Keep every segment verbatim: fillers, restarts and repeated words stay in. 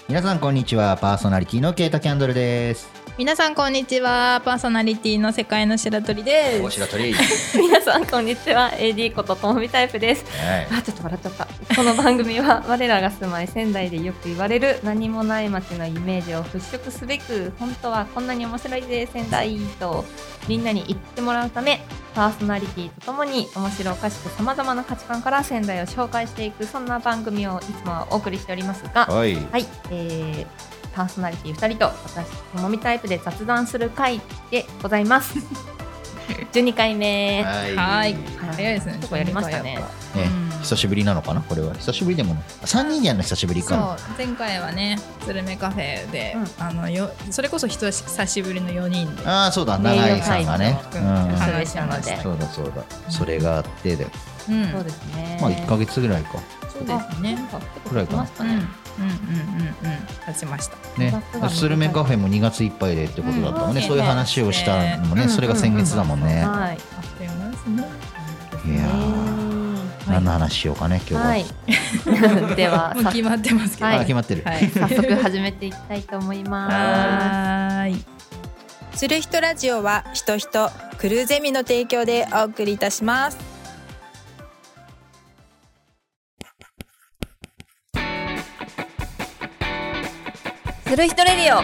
皆さんこんにちは、パーソナリティのケイタキャンドルです。 皆さんこんにちは、パーソナリティの世界の白鳥です。 お白鳥皆さんこんにちは、 エーディー ことともみタイプです、はい、あちょっと笑っちゃった。この番組は我らが住まい仙台でよく言われる何もない街のイメージを払拭すべく、本当はこんなに面白いぜ仙台とみんなに言ってもらうため、パーソナリティとともに面白おかしくさまざまな価値観から仙台を紹介していく、そんな番組をいつもはお送りしておりますが、はい、はい、えーパーソナリティふたりと私ともみタイプで雑談する回でございますじゅうにかいめ。 はい、はい、早いですね。 結構やりましたね。ね、 うん、久しぶりなのかな、これは。久しぶりでもね、さんにんやるの久しぶりかな。 そう、前回はねスルメカフェで、うん、あのよそれこそ久しぶりのよにんで、 ああそうだ、長井さんがね、 うん、話しました。 そうだそうだ、それがあってで、 うん、そうですね。 まあいっかげつぐらいか。 そうですね。 くらいかな。 うんうんうんうん経ちましたね。スルメカフェもにがついっぱいでってことだったもんね。そういう話をしたのもね、それが先月だもんね。 はい。あっという間ですね。 いやー、何の話しようかね今日は。ではもう決まってますけど。 決まってる。 早速始めていきたいと思います。 はい。 する人ラジオは人人クルーゼミの提供でお送りいたします。 する人レディオ。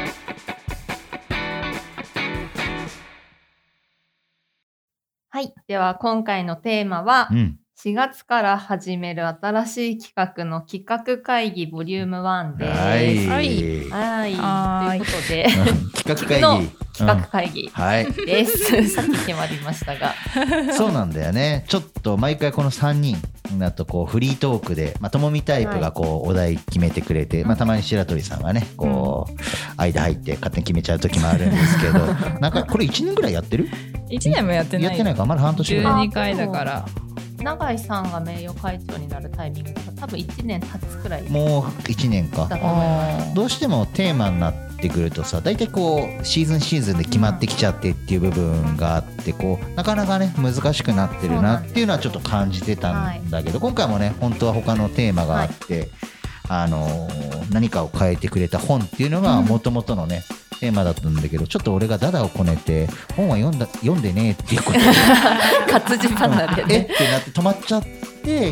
はい、では今回のテーマは、うん、しがつから始める新しい企画の企画会議ボリュームワンです。はい、はい、はい、ということで企画会議の企画会議です、うん、はい、さっき決まりましたがそうなんだよね。ちょっと毎回このさんにんだとこうフリートークで、まあ、ともみタイプがこうお題決めてくれて、はい、まあ、たまに白鳥さんがねこう、うん、間入って勝手に決めちゃう時もあるんですけどなんかこれいちねんぐらいやってる？ いちねんもやってない。 やってないか、まだ半年ぐらい。 じゅうにかいだから。 永井さんが名誉会長になるタイミングが多分いちねん経つくらい。 もういちねんか。どうしてもテーマになってくるとさ、大体こうシーズンシーズンで決まってきちゃってっていう部分があって、こうなかなかね難しくなってるなっていうのはちょっと感じてたんだけど、今回もね本当は他のテーマがあって、はい、あのー、何かを変えてくれた本っていうのが元々のね、うん、テーマだったんだけど、ちょっと俺がダダをこねて本は読んだ読んでねえっていうことで活字離れでえってなって止まっちゃって、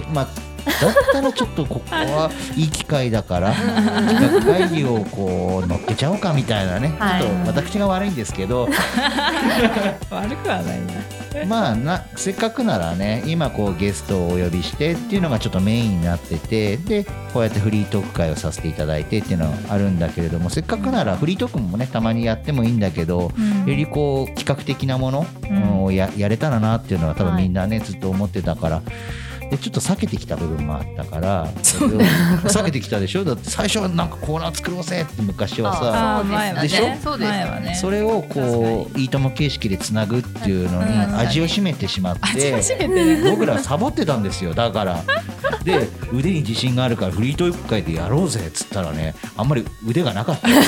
まあだったらちょっとここはいい機会だから企画会議をこう乗っけちゃおうかみたいなね、はい、ちょっと私が悪いんですけど悪くはないなまあなせっかくならね今こうゲストをお呼びしてっていうのがちょっとメインになってて、でこうやってフリートーク会をさせていただいてっていうのはあるんだけれども、せっかくならフリートークもねたまにやってもいいんだけど、うん、よりこう企画的なものを や, やれたらなっていうのは多分みんなね、はい、ずっと思ってたから、でちょっと避けてきた部分もあったから避けてきたでしょ。だって最初はなんかコーナー作ろうぜって昔はさ、 前はね、 でしょ。 そうです前はね、 それをこういいとも形式でつなぐっていうのに味を占めてしまって、僕らサボってたんですよ。だからで腕に自信があるからフリートーク会でやろうぜっつったらね、あんまり腕がなかった意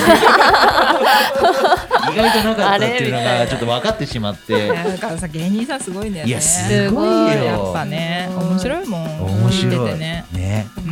外となかったっていうのがちょっと分かってしまって、 だからさ芸人さんすごいんだよね。 いやすごいよやっぱね、面白いもん。 面白いててね、 ね、 うん、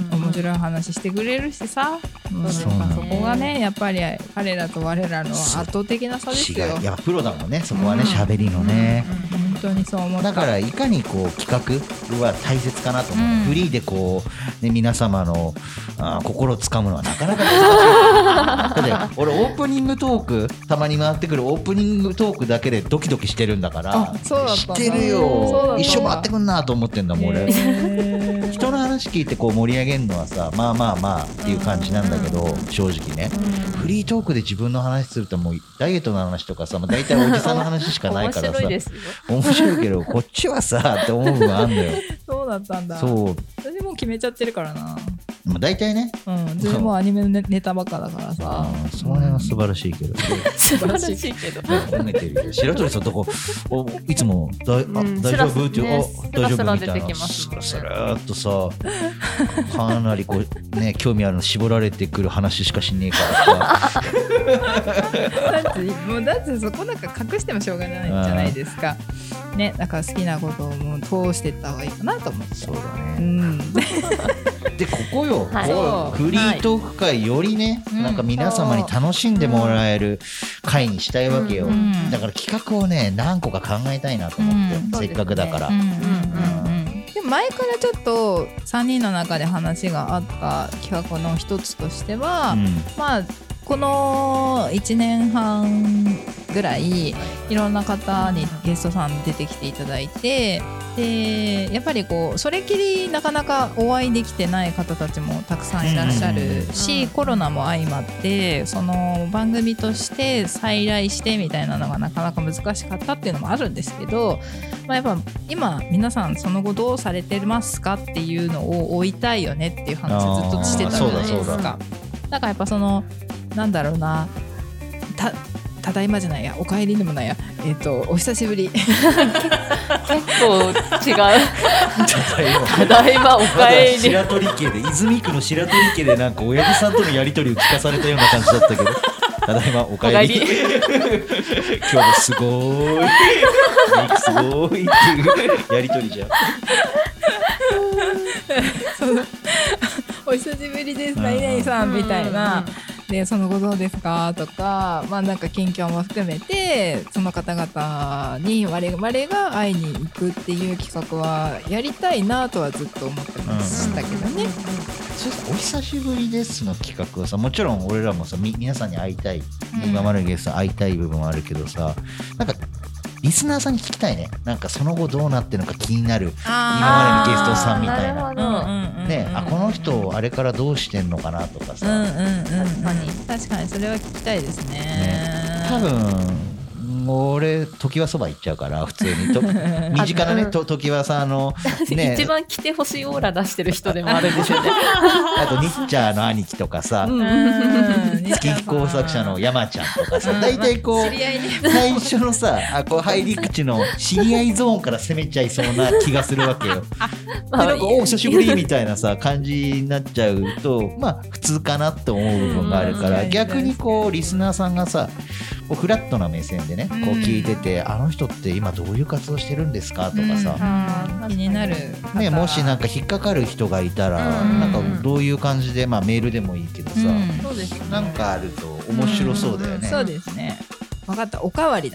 面白い話してくれるしさ、うん、そこがねやっぱり彼らと我らの圧倒的な差ですよ。 違う、いやプロだもんねそこはね、喋、うん、りのね、 うんうん、本当にそう思った。 だからいかにこう企画は大切かなと思う、うん、フリーでこう、ね、皆様のあ心をつかむのはなかなか難しいだって俺オープニングトークたまに回ってくるオープニングトークだけでドキドキしてるんだから。 そうだった知ってるよ、一緒回ってくんなと思ってんだもん俺。人の話聞いてこう盛り上げるのはさ、まあまあまあっていう感じなんだけど、正直ね、フリートークで自分の話するともうダイエットの話とかさ、大体おじさんの話しかないからさ面白いですよ。面白いけどこっちはさって思うのがあんだよ。 そうだったんだ。 そう私もう決めちゃってるからな。 まあ、大体ね、 うん、それもアニメのネタばっかだからさ、 その辺は素晴らしいけど素晴らしいけど褒めてるよ。白鳥さんとこおいつもだ、うん、あ大丈夫っていう、ね、あ大丈夫みたいなスラスラーっとさかなりこうね興味あるの絞られてくる話しかしねえからさだってもうだってそこなんか隠してもしょうがないじゃないですかね。だから好きなことをもう通していった方がいいかなと思って。 そうだね、 うんでここよ、 はいこうフリートーク会よりね、 はいなんか皆様に楽しんでもらえる会にしたいわけよ、 うんうんだから企画をね何個か考えたいなと思って、 うんせっかくだから、 うんうんうんうんでも前からちょっとさんにんの中で話があった企画の一つとしては、 うんまあこのいちねんはんぐらいいろんな方にゲストさん出てきていただいて、でやっぱりこうそれきりなかなかお会いできてない方たちもたくさんいらっしゃるし、 うんコロナも相まってその番組として再来してみたいなのがなかなか難しかったっていうのもあるんですけど、まあ、やっぱ今皆さんその後どうされてますかっていうのを追いたいよねっていう話をずっとしてたじゃないですあーそうだそうか。だからやっぱそのなんだろうな、たただいまじゃないや、お帰りでもないや、えっ、とお久しぶり結構違う。ただだいまお帰り。 白鳥家で泉区の白鳥家でなんか親父さんとのやり取りを聞かされたような感じだったけどただいまお帰りお帰り今日もすごーいメイクすごーいっていうやり取りじゃんお久しぶりです何々さんみたいな、でその後どうですかとか、まあなんか近況も含めてその方々に我々が会いに行くっていう企画はやりたいなとはずっと思ってましたけどね。 それさお久しぶりですの企画はさ、もちろん俺らもさみ皆さんに会いたい、 うん今までのゲストに会いたい部分はあるけどさ、なんかリスナーさんに聞きたいね。なんかその後どうなってるのか気になる今までのゲストさんみたいなあーなるほどね、あこの人あれからどうしてんのかなとかさ、 うんうんうんうん、 確かに確かにそれは聞きたいですね。 ね多分俺時はそば行っちゃうから普通にと身近なねと時はさあのね一番来てほしいオーラ出してる人でもあるんですよね。 あとニッチャーの兄貴とかさ、 うんうん月飛行作者の山ちゃんとかさ、大体こう知り合いね。 最初のさあこう入り口の知り合いゾーンから攻めちゃいそうな気がするわけよ。でなんかお久しぶりみたいなさ感じになっちゃうとまあ普通かなって思う部分があるから、 うん逆にこうリスナーさんがさこうフラットな目線でねこう聞いてて、あの人って今どういう活動してるんですかとかさ、 うん気になる方ね、もしなんか引っかかる人がいたら、 うんなんかどういう感じで、まあ、メールでもいいけどさ、 うんそうですね。 なんかあると面白そうだよね。 んそうですね。分かった、おかわりだ。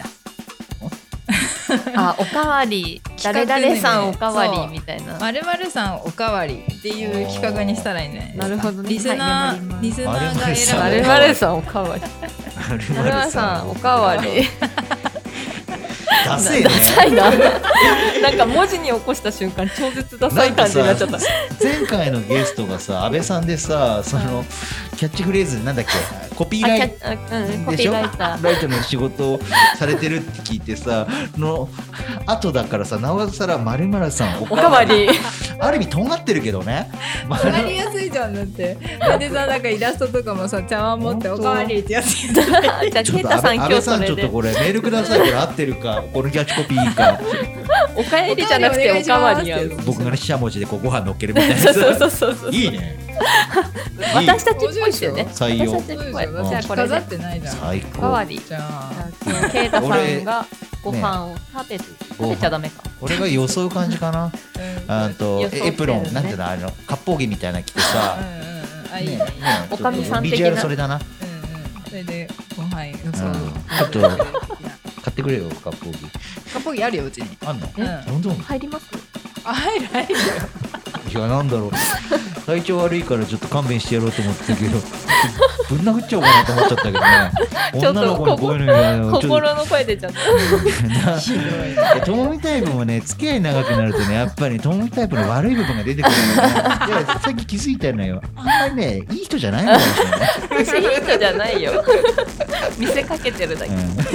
あ、おかわり、誰々さんおかわりみたいな。 まるまるさんおかわりっていう企画にしたらいいんじゃないですか。 なるほどねリスナはいメモりますーリスナーが 〇〇さん選ぶ。 まるまるさんおかわり。 まるまるまるさんおかわり。 ダセえダサいな。なんか文字に起こした瞬間超絶ダサい感じになっちゃった。 前回のゲストがさ安倍さんでさそのキャッチフレーズなんだっけコピーあ、 ライキャッうん、コピでしょーライター。 ライトの仕事をされてるって聞いてさの後だからさなおさらまるまるさんおおかわり。 ある意味とんがってるけどね。まわかりやすいじゃんだって。でさなんかイラストとかもさ茶碗持っておかわりってやつ。 じゃあケちょっとイタさん今日安倍さんちょっとそれでこれメールください。これ合ってるかこのキャッチコピーいいかおかえりじゃなくておかわりやる。 僕がねしゃもじでこうご飯乗っけるみたいなそうそうさそうそうそう。 いいね私たちっぽいですよね。 採用私たちっぽい。 うんじゃあこれで飾ってないじゃん。 最高おかわり。 じゃあじゃあケイタさんがご飯を食べる。食べちゃダメか。 俺が装う感じかなあと装ってるねエプロンなんていうのあの割烹着みたいなの着てさうんうんうんあいいね。 ねおかみさん的なビジュアルそれだなうんうんそれでご飯ようんそう。 ちょっと買ってくれよ割烹着カポギあるようちに。 あんのうんどんどん入ります？ あ入る入るよ。 いやなんだろう体調悪いからちょっと勘弁してやろうと思ったけどぶん殴っちゃおうかなと思っちゃったけどねちょっと女の子にこういうのやちょっと心の声出ちゃった。 なともみタイプもね付き合い長くなるとねやっぱりともみタイプの悪い部分が出てくるのねいやさっき気づいたのよあんまりねいい人じゃないのかもしれない、 別にいい人じゃないよ。見せかけてるだけ。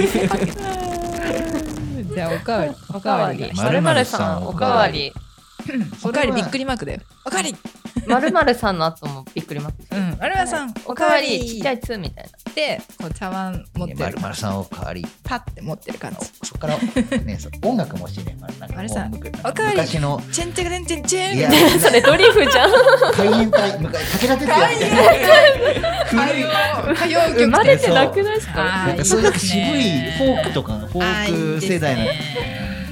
じゃあおかわりおかわり。 ままるまるるまるさんさんおかわり。 おかわりびっくりマークだよ。おかわり。 まるまるさんの後もびっくりマーク。 うん。あれはさんおかわりちっちゃいつみたいな。 でこう茶碗持ってるまるまるさんおかわりパッて持ってる感じ。 そっからねそう音楽も欲しいねなんかまるさんもうむくおかわり昔のチェンチェレンチェンチェンいやみたいな。 それドリフじゃん。 海援隊昔武田鉄矢みたいな古い歌謡曲生まれてなくないですか？ あーなんかそういうなんかいい渋いですねフォークとかフォーク世代の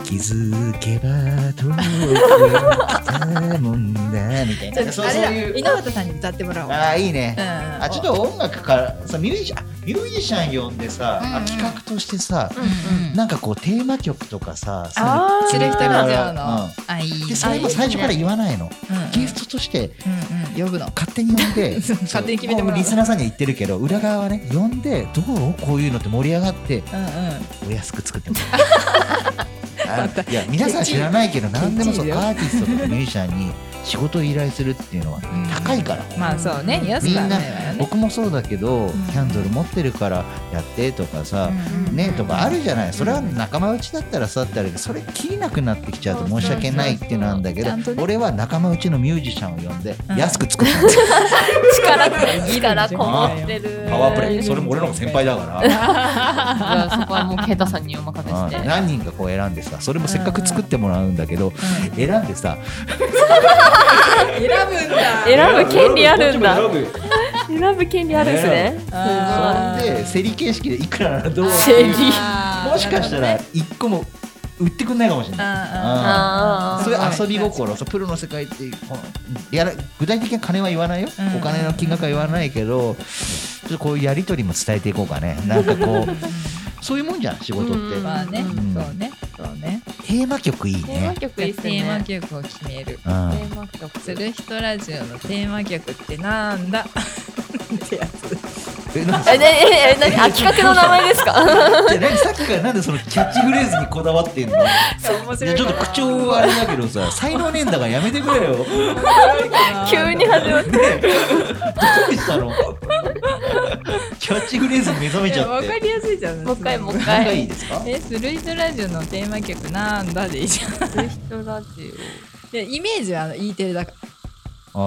気づけば遠く来たもんだみたいな。 そうあれだ猪俣さんに歌ってもらおう。 ああいいね、 うん、 あちょっと音楽からさミュージシャンミュージシャン呼んでさ、 うんうん、 あ企画としてさ、 うんうん、 なんかこうテーマ曲とかさあ知る人ラジオの、うん、 あいいでそれも最初から言わないの、うんうん、ゲストとして、 うんうん、呼ぶの勝手に呼んで勝手に決めてもらう。 リスナーさんには言ってるけど裏側はね呼んでどうこういうのって盛り上がって、うんうん、お安く作ってもらういや皆さん知らないけど何でもそうアーティストとかミュージシャンに仕事を依頼するっていうのは高いから、 うん、まあそうね安くはないわよね。 僕もそうだけど、うん、キャンドル持ってるからやってとかさ、うん、ねとかあるじゃない。それは仲間内だったらさってあるけどそれ切りなくなってきちゃうと申し訳ないっていうのなんだけど、ね、俺は仲間内のミュージシャンを呼んで安く作ったんですよ、 うん、力こもってるパワープレイ。それも俺の方が先輩だからじゃあそこはもうケイタさんにお任せして、 何人かこう選んでさそれもせっかく作ってもらうんだけど、うん、選んでさ選ぶんだ。 選ぶ権利あるんだ。選ぶ権利あるんですね。 それで競り形式でいくらならどう競りもしかしたら一個も売ってくんないかもしれない。そういう遊び心、そうプロの世界ってやら具体的な金は言わないよ、うん、お金の金額は言わないけどちょっとこういうやり取りも伝えていこうかね。なんかこうそういうもんじゃん仕事って。 まあね、うん、そうねそうね。 テーマ曲いいね。 テーマ曲いいっすね。 テーマ曲を決める、うん、テーマ曲する人ラジオのテーマ曲ってなんだってやつ。 えなえええあ企画の名前ですかじゃ何さっきからなんでそのキャッチフレーズにこだわってんの。そう面白い。ちょっと口調はあれだけどさ才能ねえんだからやめてくれよ急に始まって、ね、 どうしたのキャッチフレーズに目覚めちゃって。 わかりやすいじゃん。 もう一回もう一回いいですか。 えスルイトラジオのテーマ曲なんだでいいじゃん。 スルイトラジオイメージは E テレだから。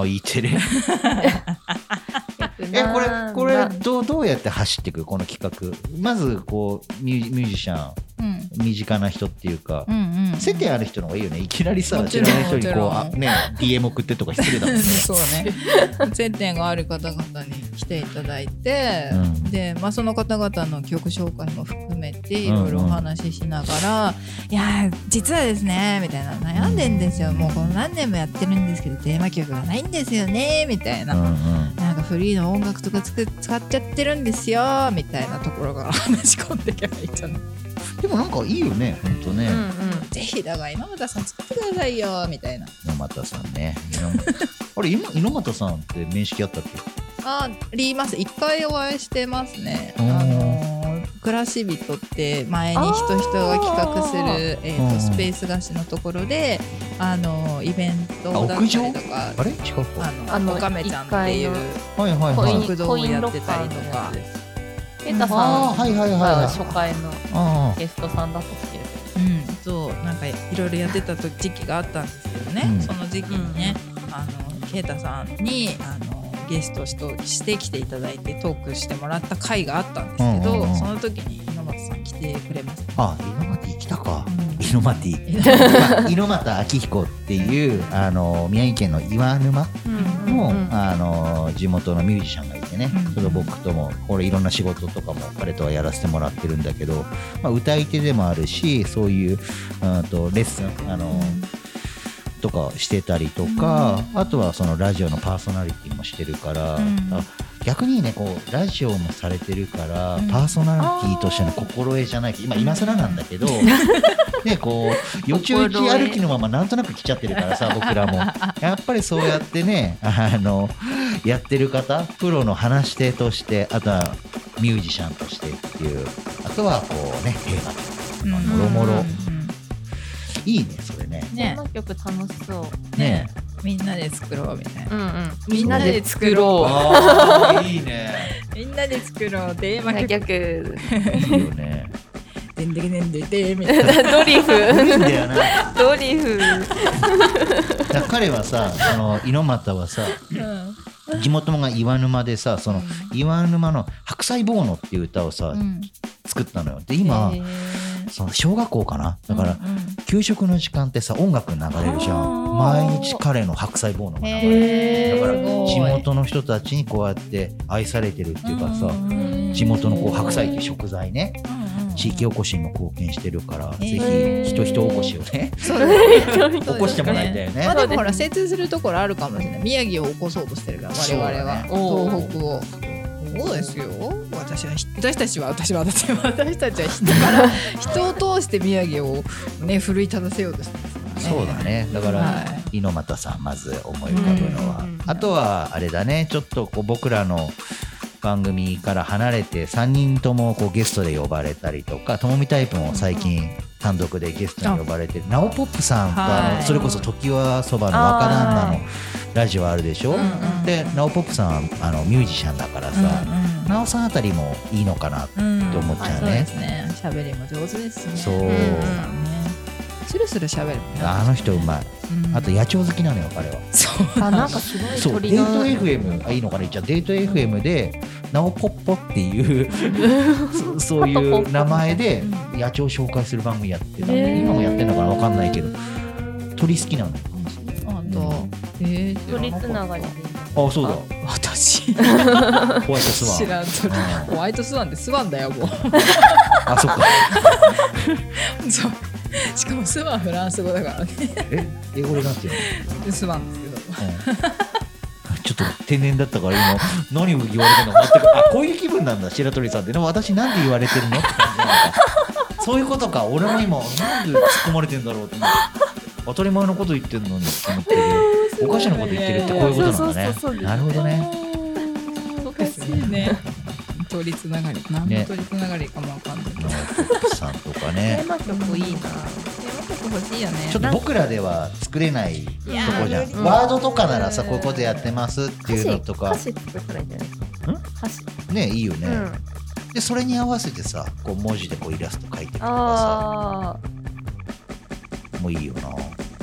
あ E テレえこれこれどうどうやって走っていくこの企画。まずこうミュージシャン、うん、身近な人っていうか、うんうんうん、接点ある人の方がいいよね。いきなりさ知らない人にこうあ、ね、ディーエム 送ってとか失礼だもんねそうね接点がある方々に来ていただいて、うん、で、まあ、その方々の曲紹介も含めていろいろお話ししながら、うんうん、いや実はですねみたいな悩んでんですよ。もうこの何年もやってるんですけどテーマ曲がないんですよねみたいな、うんうん、なんかフリーの音楽とかつく使っちゃってるんですよみたいなところから話し込んでいけばいいんじゃない。 でもなんかいいよねほんとね、うんうん、ぜひだから猪俣さん作ってくださいよみたいな。 猪俣さんねあれ猪俣さんって面識あったっけ。 あります。一回お会いしてますね。あの暮らし人って前に人人が企画する、えー、とスペース貸しのところであのイベントだったりとかあれ違うかあのおかめちゃんっていう国道をやってたりとか。 ケンタさんが初回のゲストさんだったっけ。 うん、そうなんかいろいろやってた時期があったんですけどね、うん、その時期にね、うん、あのケイタさんにあのゲストして来ていただいてトークしてもらった回があったんですけど、うんうんうん、その時に猪俣さん来てくれました。 あ、猪俣来たか、うん、猪俣猪俣明彦っていうあの宮城県の岩沼の、うんうん、あの地元のミュージシャンがいてね、うんうん、それ僕とも俺いろんな仕事とかも彼とはやらせてもらってるんだけど、まあ、歌い手でもあるしそういうあとレッスンあの、うんとかしてたりとか、うん、あとはそのラジオのパーソナリティもしてるから、うん、逆にねこうラジオもされてるから、うん、パーソナリティとしての心得じゃない今今更なんだけどでこうよちよち歩きのままなんとなく来ちゃってるからさ僕らもやっぱりそうやってねあのやってる方プロの話し手としてあとはミュージシャンとしてっていうあとはこうねテーマとかもろもろいいねそれね。 ねこの曲楽しそう。 ねみんなで作ろうみたいな。うんうん。 みんなで作ろう。 あいいね。 みんなで作ろうテーマ曲。 いいよね。 でんでけでんででみたいな。 ドリフ。いいんだよな。 ドリフ。 だ彼はさその猪俣はさ。うん、地元が岩沼でさその岩沼の白菜ボーノっていう歌をさ、うん、作ったのよ。で今その小学校かなだから、うんうん、給食の時間ってさ音楽流れるじゃん。毎日彼の白菜ボーノが流れる。だから地元の人たちにこうやって愛されてるっていうかさ、うん、地元のこう白菜っていう食材ね、うんうん、 地域おこしにも貢献してるから、 えー、 ぜひ人人おこしをねそうですね起こしてもらいたいよね。 まあでもほら精通するところあるかもしれない。宮城を起こそうとしてるから我々は、ね、東北を。そうですよ。私は私たちは私は私は私たちは人から人を通して宮城をね奮い立たせようとしてますからね。 そうだね。だから、はい、猪俣さんまず思い浮かぶのは、うん、あとはあれだね。ちょっとこう僕らの番組から離れてさんにんともこうゲストで呼ばれたりとか、ともみタイプも最近単独でゲストに呼ばれてるナオポップさんとあのそれこそ常盤そばの若旦那のラジオあるでしょ、うんうん、でナオポップさんはあのミュージシャンだからさ、うんうん、ナオさんあたりもいいのかなって思っちゃうね、うん、そうですね。 喋りも上手ですね。 そう、うんスルスル喋る、ね、 あの人うまい、うん、あと野鳥好きなのよ彼は。 そうあなんかすごいそうデート エフエム あいいのかな。じゃあデート エフエム でナオポッポっていうそ, そういう名前で野鳥紹介する番組やってたんで、今もやってるのかな分かんないけど鳥好きなのよ。 あと、えー、 鳥つながりで。 あそうだ私ホワイトスワン知らんとホワイトスワンってスワンだよもうあそっかそうしかもスワンフランス語だからね。 え英語でなんていうの？スワンですけど、うん、 ちょっと天然だったから今何を言われてるのか全くあこういう気分なんだ白鳥さんって。でも私なんで言われてるのって感じなのかそういうことか。俺も今なんで突っ込まれてんだろうと思って当たり前のこと言ってんのにって思ってるおかしなこと言ってるってこういうことなんだね。なるほどね。 おかしいね鳥つながり何の鳥つながりかもわかんない。 ナオポップさんとかね。 テーマ曲いいな。テーマ曲欲しいよね。 ちょっと僕らでは作れないとこじゃん。ワードとかならさこういうことやってますっていうのとか。 歌詞作ったらいいんじゃないですか。歌詞ねいいよね、うん、でそれに合わせてさこう文字でこうイラスト描いてくとかさもういいよな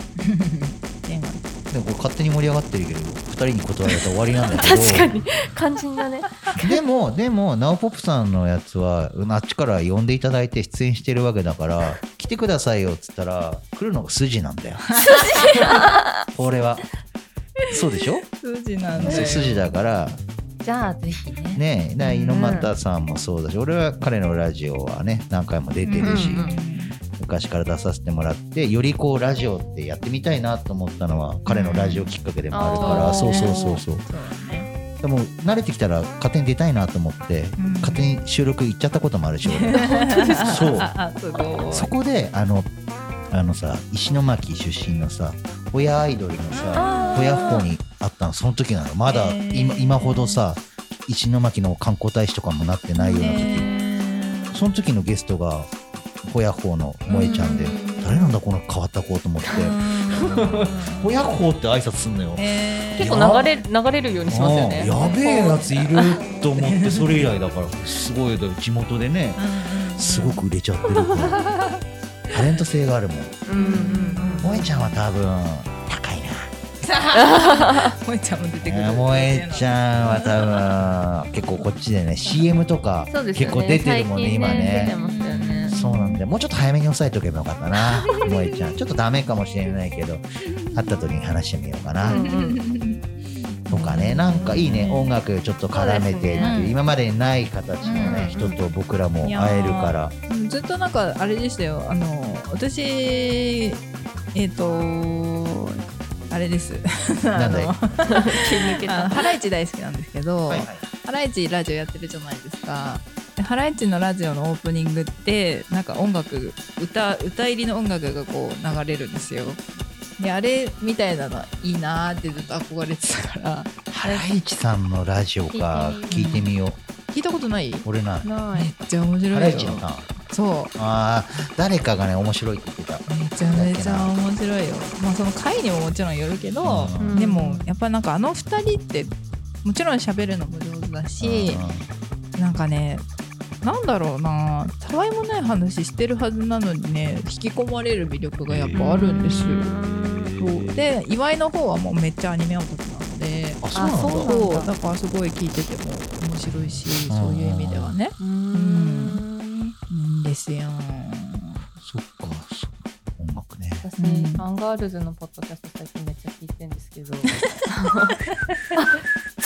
でもこれ勝手に盛り上がってるけどふたりに断られたら終わりなんだけど確かに肝心だねでもでもナオポップさんのやつはあっちから呼んでいただいて出演してるわけだから来てくださいよっつったら来るのが筋なんだよ筋これはそうでしょ筋なんだよ筋だからじゃあぜひねねえだ猪俣さんもそうだし、うん、俺は彼のラジオはね何回も出てるし、うんうんうん昔から出させてもらってよりこうラジオってやってみたいなと思ったのは彼のラジオきっかけでもあるから、うん、そうそうそうそう、ね、でも慣れてきたら勝手に出たいなと思って、うん、勝手に収録行っちゃったこともあるし俺そうそこであのあのさ石巻出身のさ親アイドルのさ親不孝にあったのその時なのまだ 今, 今ほどさ石巻の観光大使とかもなってないような時その時のゲストがホヤホーの萌えちゃんで誰なんだこの変わった子と思ってホヤホーって挨拶すんのよ、 えー、結構流れ流れるようにしますよね。 やべえやついると思ってそれ以来だからすごい地元でねすごく売れちゃってるからタレント性があるもん。萌えちゃんは多分高いな萌えちゃんも出てくる。 萌えちゃんは多分結構こっちでね シーエム とか結構出てるもんね今ね。そうなんでもうちょっと早めに押さえとけばよかったな萌えちゃんちょっとダメかもしれないけど会った時に話してみようかなとかねなんかいいね音楽ちょっと絡めてっていう、ね、今までにない形のね、うん、人と僕らも会えるからずっとなんかあれでしたよあの私えっ、ー、とあれですなんだいハライチ大好きなんですけど、はいはい、ハライチラジオやってるじゃないですか。ハライチのラジオのオープニングってなんか音楽 歌, 歌入りの音楽がこう流れるんですよ。であれみたいなのいいなーってずっと憧れてたからハライチさんのラジオか聞いてみよう。 聞いたことない？ 俺ない。 ないめっちゃ面白いよ。 ハライチのターン。 そう。 ああ誰かがね面白いって言ってた。 めちゃめちゃ面白いよ。まあその回にももちろんよるけど、うん、でもやっぱなんかあの二人ってもちろん喋るのも上手だし、うん、なんかね。なんだろうなたわいもない話してるはずなのにね引き込まれる魅力がやっぱあるんですよ。そうで岩井の方はもうめっちゃアニメオタクなのであそうなんだ。 そうだからすごい聞いてても面白いしそういう意味ではねうんうんいいんですよ。 そっか音楽ね。 私、うん、アンガールズのポッドキャスト最近めっちゃ聞いてるんですけどそうそ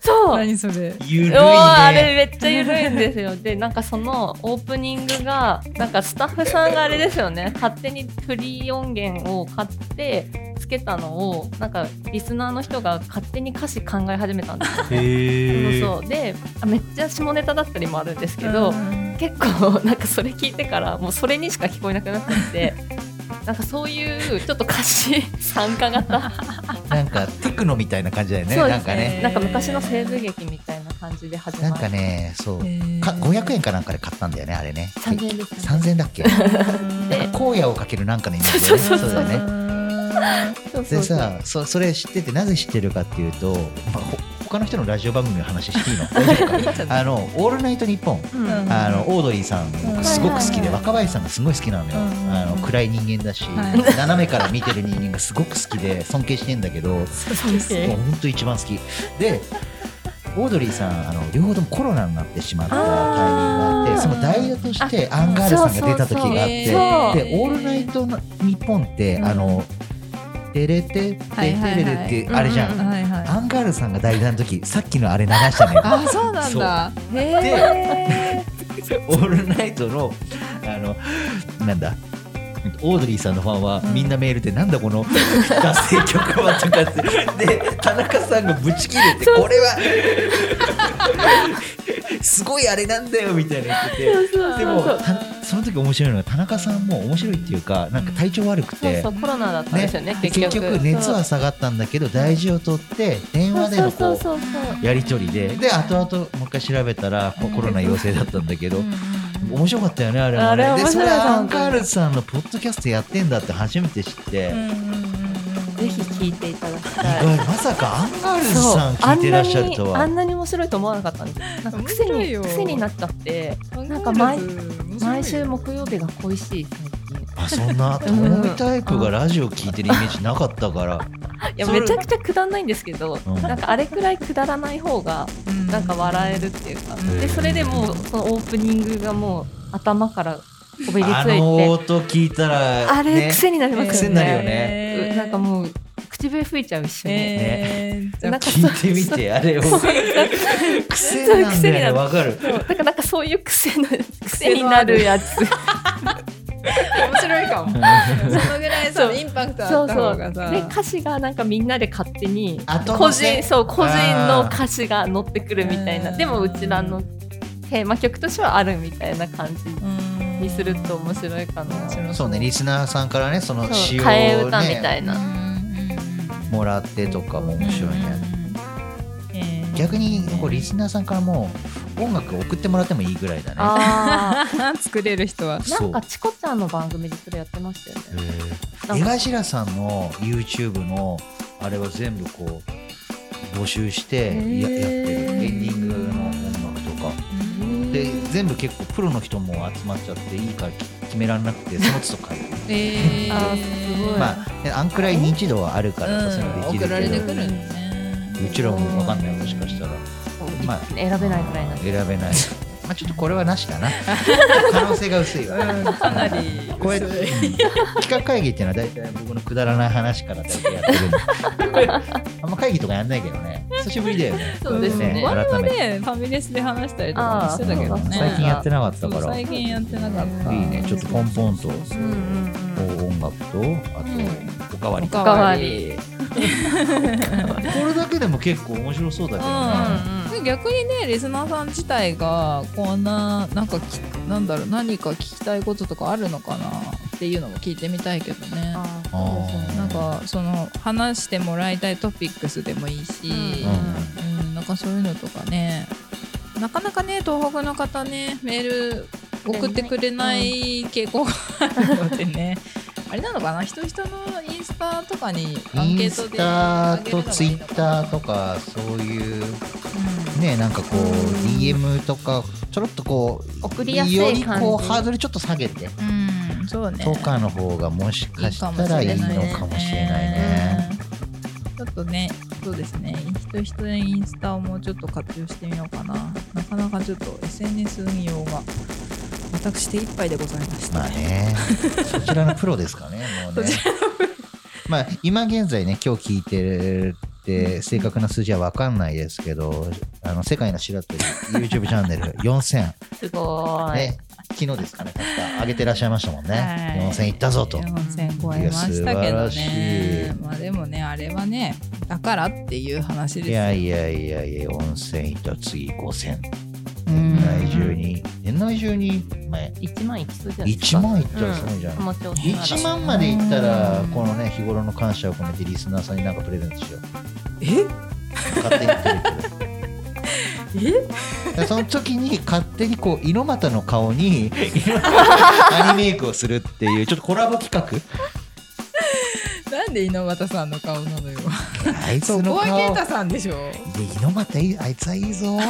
そう何それ。 ゆるいね。 おーあれめっちゃ緩いんですよ。でなんかそのオープニングがなんかスタッフさんがあれですよね、勝手にフリー音源を買ってつけたのをなんかリスナーの人が勝手に歌詞考え始めたんですよね。 へそうそうであめっちゃ下ネタだったりもあるんですけど、 うん結構なんかそれ聞いてからもうそれにしか聞こえなくなっちゃってなんかそういうちょっと歌詞参加型なんかテクノみたいな感じだよね。 そうですなんかね。 なんか昔の西部劇みたいな感じで始まる。 なんかね、そうへーかごひゃくえんかなんかで買ったんだよね、あれね。 さんぜんえんですねさんぜんえんだっけ。 でなんか荒野をかけるなんかのイメージだよね。 そうそうそうだよね。 そうそうでさ、そそれ知っててなぜ知ってるかっていうと、まあ、ほ他の人のラジオ番組の話していいの？大丈夫か？あのオールナイトニッポン、 うんうんあのオードリーさん僕すごく好きで、 うん若林さんがすごい好きなのよ。 うんあの暗い人間だし、 はい斜めから見てる人間がすごく好きで尊敬してんだけど、もう本当一番好きで。オードリーさんあの両方ともコロナになってしまったタイミングがあって、その代打としてアンガールさんが出た時があって、 そうそうそうでオールナイトニッポンって、 うんあのテレテテテレレってあれじゃん、 うんうんはいはい。 アンガールさんが代打の時さっきのあれ流したのよ。 あ、そうなんだ。 へオールナイトのあのなんだオードリーさんのファンはみんなメールで、なんだこの脱線曲はとかってで田中さんがブチ切れて、これはすごいあれなんだよみたいな言ってて、でもたその時面白いのが田中さんも面白いっていうか、なんか体調悪くそうてそうコロナだったんですよね、 結結局局熱は下がったんだけど大事を取って電話でのこそうそうそうそううやり取りで、で後々もう一回調べたらコロナ陽性だったんだけど、面白かったよねあれもね。 あれ面白いでそれですアンガールズさんのポッドキャストやってんだって初めて知って、 ぜひ聞いていただき意たい。 外まさかアンガールズさん聞いてらっしゃるとは。 あんなにあんなに面白いと思わなかったんです。なんか癖に面白いよ癖になっちゃって、 ななんか毎毎週木曜日が恋しい最近。 あ、そんなともみタイプがラジオ聞いてるイメージなかったから。 いやそれめちゃくちゃくだんないんですけど、 うんなんかあれくらいくだらない方がなんか笑えるっていうか、 うんでそれでもうそのオープニングがもう頭からこびりついあて、 の音聞いたらあれね癖になりますよね。 癖になるよねうなんかもう口笛吹いちゃう一緒に。 えーじゃあなんか聞いてみてあれを癖なんだよね、わかる。 そうだからなんかそういう癖の癖になるやつ。 面白いかも。そのぐらいさインパクトあったそうそう方がさ。 で歌詞がなんかみんなで勝手に個後乗せ人そう個人の歌詞が乗ってくるみたいな、 うんでもうちらのテーマ曲としてはあるみたいな感じうんにすると面白いかな。 面白そうね、リスナーさんからねそのそう詩を替え歌みたねいな。 もらってとかも面白いね。 えー逆にこうリスナーさんからも音楽送ってもらってもいいぐらいだね。 あ作れる人は。 ーなんかチコちゃんの番組でそれやってましたよね。 えー江頭さんの YouTube のあれは全部こう募集してややってるエンディングの音楽とかで、全部結構プロの人も集まっちゃっていいから決められなくてその都度書いてる。 えーあーすごい。 まあねあんくらい認知度はあるからさ、それできる送られてけどくるんですね。 うちらも分かんない、もしかしたらまあ選べないくらいなんで。 選べない。まあちょっとこれはなしだな。可能性が薄いわ。 うんかなりこうやってうん企画会議っていうのは大体僕のくだらない話から大体やってるんでこれあんま会議とかやんないけどね、久しぶりだよね。 そうですね。 前は改めてねファミレスで話したりとかもしてたけどね。 最近やってなかったそうから最近やってなかった。 いいね、ちょっとポンポンとうんうんうん。 音楽とあとおかわり、こおかわり。 れだけでも結構面白そうだけどね。 で逆にねリスナーさん自体がこんななんかきなんだろう何か聞きたいこととかあるのかなっていうのも聞いてみたいけどね。 あーそうですね。 なんかその話してもらいたいトピックスでもいいし、うんなんかそういうのとかね、なかなかね東北の方ねメール送ってくれない傾向があるのでね。あれなのかな、人人のインスタとかにアンインスケートでタとツイッーターとかそういうね、なんかこう ディーエム とかちょろっとこう送りやすいより感じ。 こうハードルちょっと下げてうん、そうね。 とかの方がもしかしたらいいのかもしれないね。 ちょっとね、そうですね。人人のインスタをもうちょっと活用してみようかな。なかなかちょっと エスエヌエス 運用が私手一杯でございました。 まあね、そちらのプロですかね、もうね。まあ今現在ね、今日聞いてって正確な数字は分かんないですけど、あの世界の白鳥 YouTube チャンネルよんせんすごい、 ね、昨日ですかね、確か上げてらっしゃいましたもんね、 はい、 よんせんいったぞと。 よんせん超えましたけどね。まあでもね、あれはねだからっていう話ですよ。 いやいやいやいや、よんせんいったら次ごせん、 うん年内中に年内中に前いちまんいきそうじゃないですいちか。 まんいったらすごいじゃん、 うん、もうちょっといちまんまでいったらこのね日頃の感謝を込めてリスナーさんになんかプレゼントしよう。 え勝手に言ってるけどえその時に勝手にこう猪俣の顔にアニメイクをするっていうちょっとコラボ企画。 なんで猪俣さんの顔なのよ。 あいつその顔こは健太さんでしょ。 いや猪俣いい、あいつはいいぞ。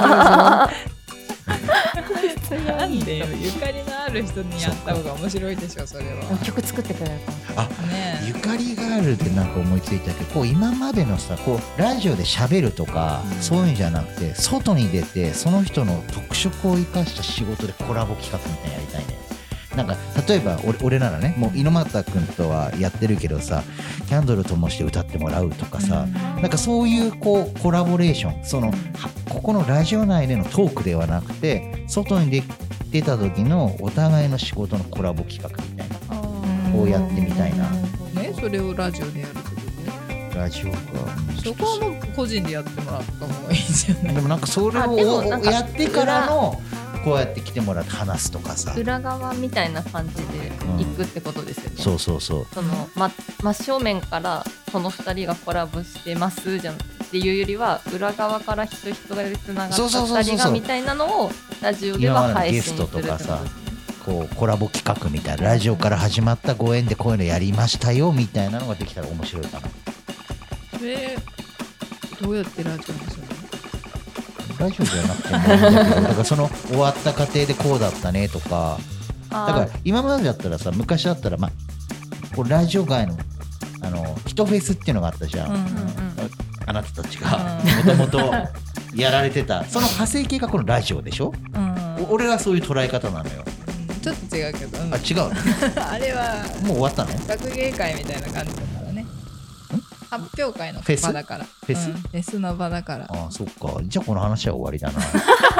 なんでよ、ゆかりのある人にやった方が面白いでしょ、それは。 曲作ってくれるかも。 あ、 ね、 ゆかりがあるってなんか思いついたけど、こう今までのさ、こうラジオで喋るとか、うん、そういうんじゃなくて外に出てその人の特色を生かした仕事でコラボ企画みたいなやりたいね。なんか例えば 俺, 俺ならね、もう猪俣君とはやってるけどさ、キャンドル灯して歌ってもらうとかさ、うん、なんかそういうこうコラボレーション、そのここのラジオ内でのトークではなくて外に出出た時のお互いの仕事のコラボ企画みたいな、こうやってみたいな、 ね、それをラジオでやるってことね。 ラジオか、 そこはもう個人でやってもらった方がいいんじゃない。 でもなんかそれをやってからのこうやって来てもらって話すとかさ、 裏側みたいな感じで行くってことですよね、うん、 そうそうそう、 その、ま、真正面からこのふたりがコラボしてますじゃんっていうよりは、裏側から人人がつながったふたりがみたいなのをラジオでは配信するってことですね。 こうコラボ企画みたいな、ラジオから始まったご縁でこういうのやりましたよみたいなのができたら面白いかな。 それどうやってラジオにするの？ ラジオじゃなくてもいいんだけど、だからその終わった過程でこうだったねとか、だから今までだったらさ、昔だったらまあこうラジオ界のあの人フェスっていうのがあったじゃん、うんうんうん、あなたたちがもともとやられてたその派生系がこのラジオでしょ、うんうん、俺はそういう捉え方なのよ。 ちょっと違うけど、うん、 あ違うあれはもう終わったの？ 学芸会みたいな感じだからね。発表会の場だから。 フェス？うん、 フェスの場だから。 ああ、そっか。じゃあこの話は終わりだな。い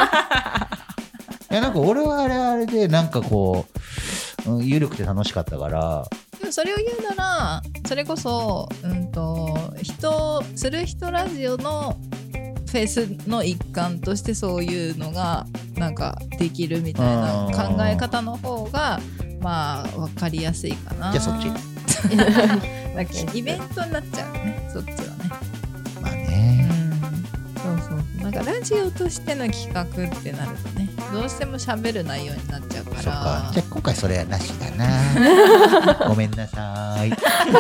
やなんか俺はあれあれでなんかこう、うん、緩くて楽しかったから。 でもそれを言うなら、それこそうんと人する人ラジオのフェスの一環としてそういうのがなんかできるみたいな考え方の方がまあ分かりやすいかな。 じゃあそっち。 だけどイベントになっちゃうね、そっちはね。 まあね、 うん、そうそう。なんかラジオとしての企画ってなるとね、どうしても喋る内容になっちゃうから。 そうか。じゃあ今回それはなしだな。ごめんなさい。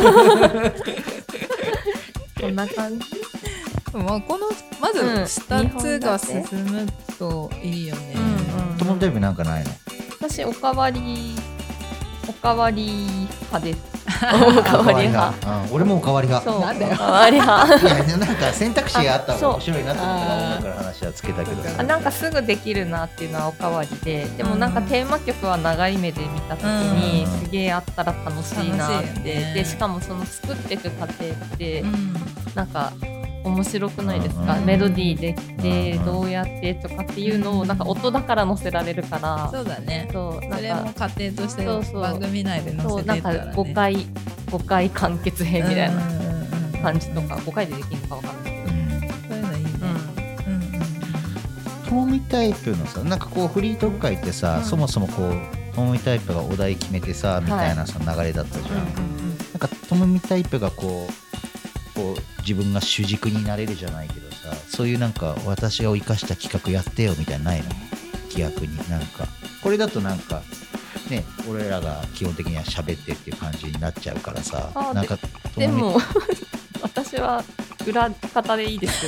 こんな感じ。 まあこのまずスタッツが進むといいよね。 友達部なんかないの？ 私おかわりおかわり派です。おかわり派。 うん、俺もおかわり派。 そうなんだよ。おかわり派。 いやなんか選択肢があった方が面白いなと思ったから音楽の話はつけたけど。 あなんかすぐできるなっていうのはおかわりで、でもなんかテーマ曲は長い目で見たときにすげえあったら楽しいなって、ね、でしかもその作っていく過程って、うん、なんか面白くないですか、うん、メロディーできてどうやってとかっていうのをなんか音だから載せられるから、 そうだね。 そうなんかそれも過程として番組内で載せていったらね、 なんかごかいごかい完結編みたいな感じとか、ごかいでできるのかわかんないけど、うん、 そういうのいいね。うんうんうん、 トモミタイプのさ、なんかこうフリートーク会ってさ、うん、そもそもこうトモミタイプがお題決めてさみたいなさ、はい、流れだったじゃん、うんうんうん、なんかトモミタイプがこうこう自分が主軸になれるじゃないけどさ、そういうなんか私を生かした企画やってよみたいなないの？逆になんかこれだとなんかね、俺らが基本的には喋ってっていう感じになっちゃうからさ、なんかでも私は裏方でいいです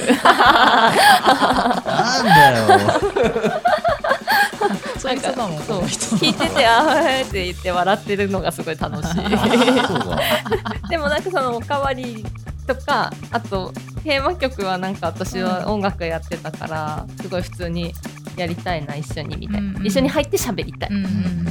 なんだよそういう人だもん。 そう聞いててあーって言って笑ってるのがすごい楽しいでもなんかそのおかわりとか、あとテーマ曲はなんか私は音楽やってたからすごい普通にやりたいな一緒にみたいな、 うんうん、 一緒に入って喋りたい、 うんうん、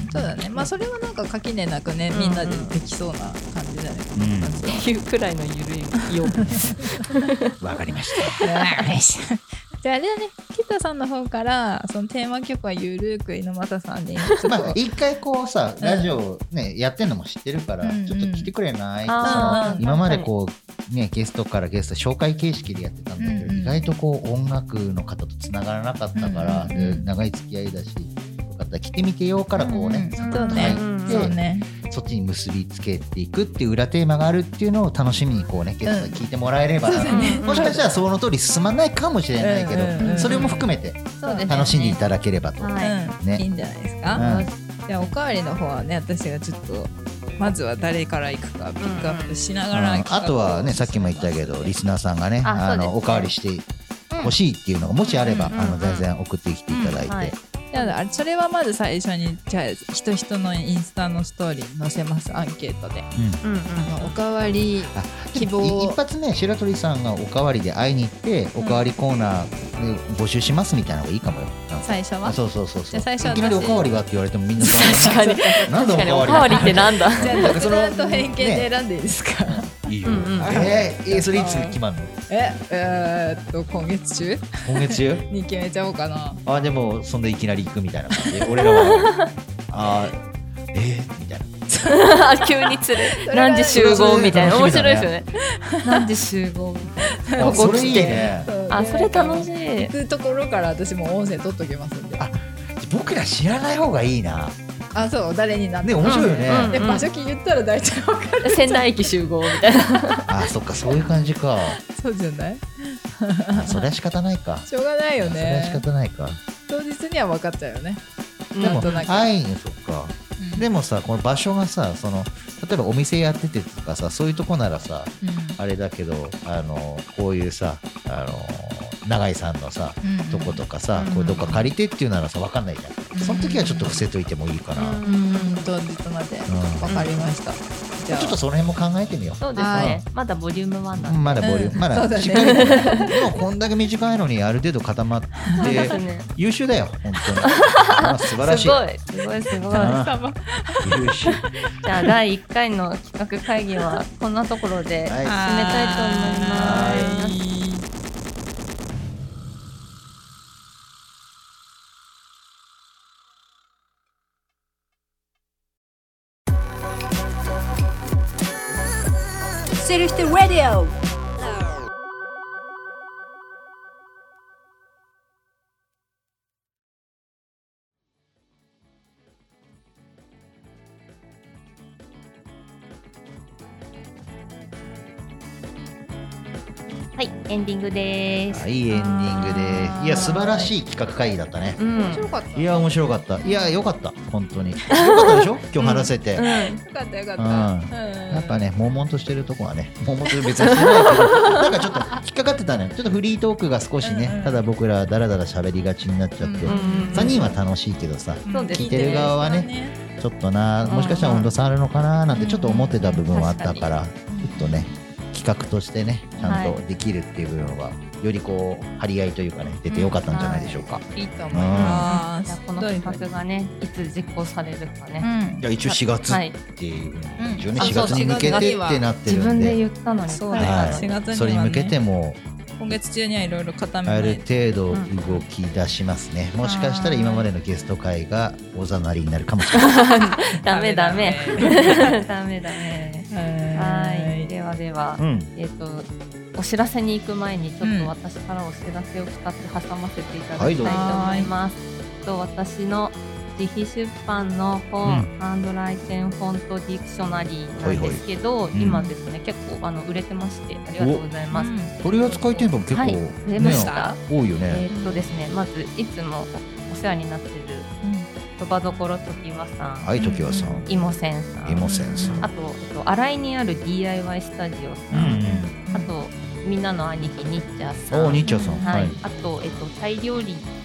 そうだね。まあそれはなんか垣根なくね、みんなでできそうな感じだね、 うん、 っていうくらいのゆるいようですわかりましたわかりましたじゃああれだね、北さんの方からそのテーマ曲はゆるく猪俣さんにまあ一回こうさラジオね、うん、やってんのも知ってるから、うんうん、ちょっと来てくれない、その今までこうねゲストからゲスト紹介形式でやってたんだけど、うんうん、意外とこう音楽の方とつながらなかったから、うんうん、で長い付き合いだし、よかったら来てみてよからこうね、 うんうん、そうね、そうね、 そっちに結びつけていくっていう裏テーマがあるっていうのを楽しみにこうねゲストで聞いてもらえればな、うんね、もしかしたらその通り進まないかもしれないけど、うんうんうん、それも含めて楽しんでいただければと、 ねね、いいんじゃないですか、うん、じゃあおかわりの方はね、私がちょっとまずは誰から行くかピックアップしながら、うん、 あとはねさっきも言ったけどリスナーさんがね、あのおかわりしてほしいっていうのがもしあれば、うん、あの全然送ってきていただいて、うんはい、 それはまず最初にじゃあ人人のインスタのストーリーに載せます、アンケートで、うんうん、あのおかわり希望一発ね、白鳥さんがおかわりで会いに行っておかわりコーナーで募集しますみたいなのがいいかもよ、 最初は。 そうそうそうそう。 じゃあ最初いきなりおかわりはって言われてもみんな確かになんだおかわりおかわりってなんだじゃあ独断と偏見で選んでいいですか、ね、 いいよ、うんうん、えー、えー、それいつ決まるの？ ええー、っと今月中今月中に決めちゃおうかなあ。でもそんでいきなり行くみたいな感じで俺らはあえー、みたいな急に釣る何時集合みたいな、面白いですよね何時集合みたいなそれいいね。 あ、それ楽しい。 行くところから私も音声取っときますんで。 あ、僕ら知らない方がいいな。 あ、そう、誰になってね、面白いよね、 うんうん、で場所言ったら大体分かる。 仙台駅集合みたいなあ、そっか、そういう感じか。 そうじゃないそれは仕方ないか。 しょうがないよね。 それは仕方ないか。 当日には分かっちゃうよね。 でも安易にそっか、うん、でもさこの場所がさその例えばお店やっててとかさそういうとこならさ、うん、あれだけどあのこういうさあの永井さんのさ、うんうん、とことかさ、うん、こうどっか借りてっていうならさ分かんないじゃん、うん、その時はちょっと伏せといてもいいかな、うんうん、 当日まで、うん、分かりました、 じゃあちょっとその辺も考えてみよう。 そうですね、まだボリュームワンなんで、 まだボリューム、うん、まだしっかり、ね、もうこんだけ短いのにある程度固まって優秀だよ本当に素晴らしい、 すごいすごいすごい優秀じゃあだいいっかいの企画会議はこんなところで締めたいと思います。 セルフテラディオ。 はい、エンディングです。 はい、エンディングです。いや、素晴らしい企画会議だったね。 うん、面白かった。 いや、面白かった。いや、よかった。本当に。よかったでしょ今日話せて。 うんうん、よかったよかった。うん、 やっぱね、悶々としてるとこはね、悶々と別にしてないけど、なんかちょっと引っかかってたね。ちょっとフリートークが少しね、うんうん、ただ僕らだらだら喋りがちになっちゃって、うんうん、さんにんは楽しいけどさ、うん、聞いてる側はね、ちょっとな、もしかしたら温度差あるのかななんてちょっと思ってた部分はあったから、ちょっとね、企画としてねちゃんとできるっていう部分は、はい、よりこう張り合いというかね出てよかったんじゃないでしょうか、 うん、いいと思います、 うん、この企画がねいつ実行されるかね、 うん、いや一応しがつっていう、はい、一応ねしがつに向けてってなってるんで、 自分で言ったのにそうだよ、はい、しがつにはね、 それに向けても今月中にはいろいろ固めないある程度動き出しますね、うん、もしかしたら今までのゲスト会がおざなりになるかもしれないダメダメダメダメはい、ではでは、うん、えっとお知らせに行く前にちょっと私からお知らせをふたつ挟ませていただきたいと思います、はい、と私の自費出版の本、うん、ハンドライテンフォントディクショナリーなんですけど、はいはい、今ですね、うん、結構あの売れてましてありがとうございます、うん、 取り扱い店舗結構、はい、 売れました、 ね、多いよね。 えー、っとですねまずいつもお世話になってるそばどころときわさん、 はい、ときわさん、 いもせんさん、 いもせんさん、 あと、えっと、新井にある ディーアイワイ スタジオさん、うんうん、あとみんなの兄貴ニッチャーさん、 おニッチャーさん、 はいはい、あと、えっと、タイ料理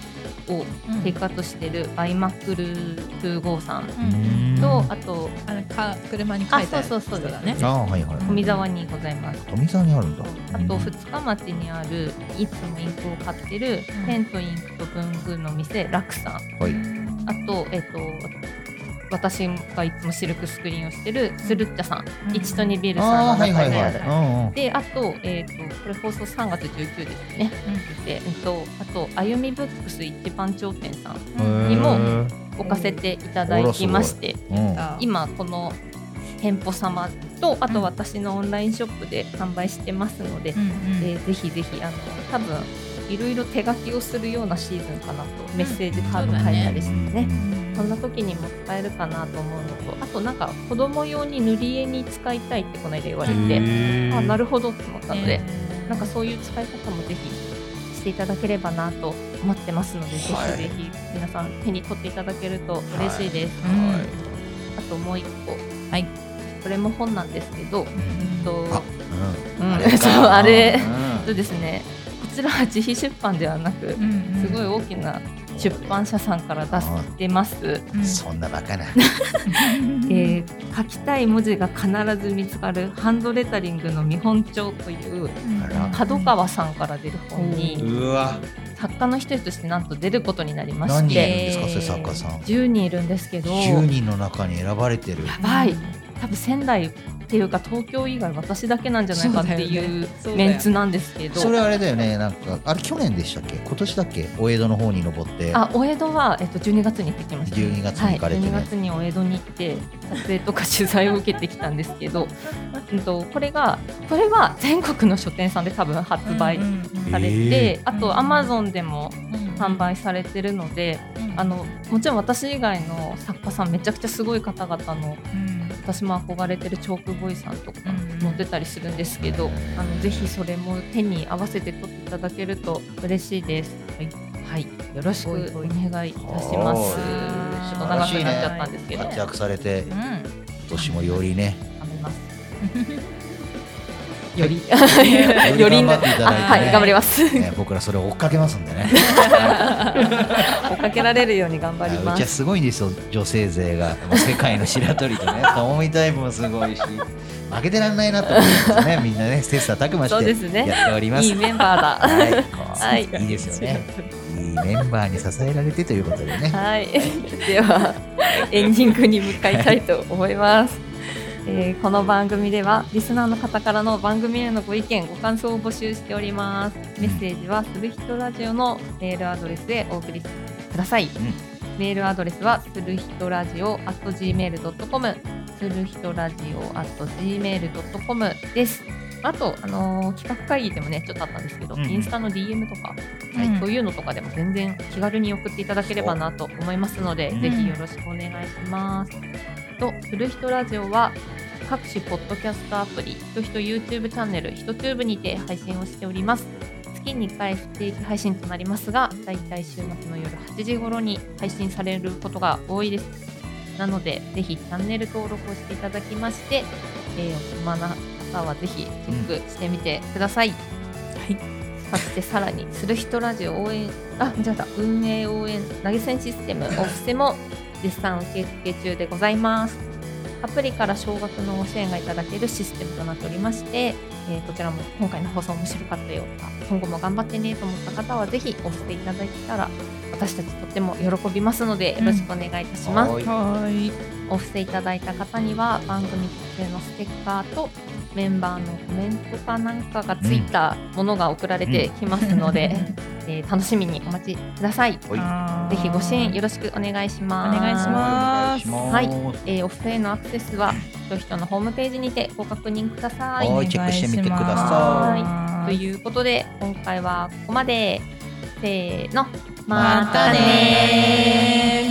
をテイクアウトしてるバイマックルにじゅうごさんうんと、あとあのか車に書いてあるあそうそうそう人だね。 あはいはい。 富沢にございます。 富沢にあるんだ。 あと二日町にあるいつもインクを買ってる、 うんペンとインクと文具の店ラクさん、 はい。 あとえっ、と私がいつもシルクスクリーンをしてるスルッチャさん、 うんいちとにビルあさんのあはいはいはい。 中にある、 うんうん。 であと,、えー、とこれ放送さんがつじゅうくですね。で、えっと、あとあゆみブックス一番頂点さんにもへー置かせていただきまして、 うん今この店舗様とあと私のオンラインショップで販売してますので、 うんうんえーぜひぜひあの多分いろいろ手書きをするようなシーズンかなと、メッセージカード書いたりしてね、そんな時にも使えるかなと思うのと、あとなんか子供用に塗り絵に使いたいってこの間言われて、 へーあなるほどって思ったので、 ねなんかそういう使い方もぜひしていただければなと思ってますので、 はいぜひぜひ皆さん手に取っていただけると嬉しいです。 うんはいあともう一個、 はいこれも本なんですけど、 うんとあうんあれかそうあれうんそうですね、こちらは自費出版ではなく、 うんすごい大きな出版社さんから出してます。 うんそんなバカな。 えー書きたい文字が必ず見つかるハンドレタリングの見本帳というあら角川さんから出る本にうわ。 作家の一人としてなんと出ることになりま何人いるんして、 ですか、それ作家さん。 じゅうにんいるんですけど、 じゅうにんの中に選ばれてる。 やばい、多分仙台っていうか東京以外私だけなんじゃないかっていうそうだよねメンツなんですけど、 それあれだよね、なんかあれ去年でしたっけ、今年だっけ、お江戸の方に登って。 あお江戸は、えっと、じゅうにがつに行ってきました。 じゅうにがつに行かれてねはい、じゅうにがつにお江戸に行って撮影とか取材を受けてきたんですけど、うんとこれがこれは全国の書店さんで多分発売されて、 へあとアマゾンでも販売されてるので、あのもちろん私以外の作家さんめちゃくちゃすごい方々の私も憧れてるチョークボーイさんとか載ってたりするんですけど、あのぜひそれも手に合わせて取っていただけると嬉しいです。はい、はい、よろしくお願いいたします。ちょっと長くなっちゃったんですけど、 活躍されて、 うん今年もよりね、 頑張ります。よりより頑張っていただいてね、 あはい頑張ります。 ね僕らそれを追っかけますんでね。 追っかけられるように頑張りうちはます。 すごいんですよ、女性勢が。もう世界の白鳥とね、ともみタイプもすごいし、負けてらんないなと思いますね。みんなね、切磋琢磨しそうですねてやっております。 いいメンバーだ。 はい、こうはいいいですよね。いいメンバーに支えられてということでね。 はい、ではエンディングに向かいたいと思います。えーこの番組ではリスナーの方からの番組へのご意見ご感想を募集しております。メッセージはするひとラジオのメールアドレスでお送りください。メールアドレスはするひとラジオ アットジーメールドットコム するひとラジオ アットジーメールドットコム です。あと、あのー企画会議でもねちょっとあったんですけど、 うんうんインスタの ディーエム とか、 うんはい、そういうのとかでも全然気軽に送っていただければなと思いますので、 うんぜひよろしくお願いします。とするひとラジオは各種ポッドキャストアプリ、ひとひと YouTube チャンネル、ひとチューブにて配信をしております。月にかい不定期配信となりますが、だいたい週末の夜はちじ頃に配信されることが多いです。なので、ぜひチャンネル登録をしていただきまして、えーお暇な方はぜひチェックしてみてください。はい。そしてさらに、するひとラジオ応援、あ、間違えた、運営応援投げ銭システム、お布施も絶賛受付中でございます。アプリから少額の支援がいただけるシステムとなっておりまして、えーこちらも今回の放送面白かったよとか、今後も頑張ってねと思った方はぜひお布施いただけたら私たちとっても喜びますのでよろしくお願いいたします。 はいはいお布施いただいた方には番組特製のステッカーとメンバーのコメントかなんかがついたものが送られてきますので、えー楽しみにお待ちください。 はいぜひご支援よろしくお願いします。 お願いしますお願いします。 はい、えー、お布施へのアクセスはひとひとのホームページにてご確認ください。 はいチェックしてみてくださはいということで今回はここまで。せーの、 またね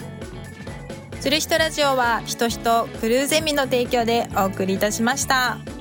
するひとラジオはひとひとクルーゼミの提供でお送りいたしました。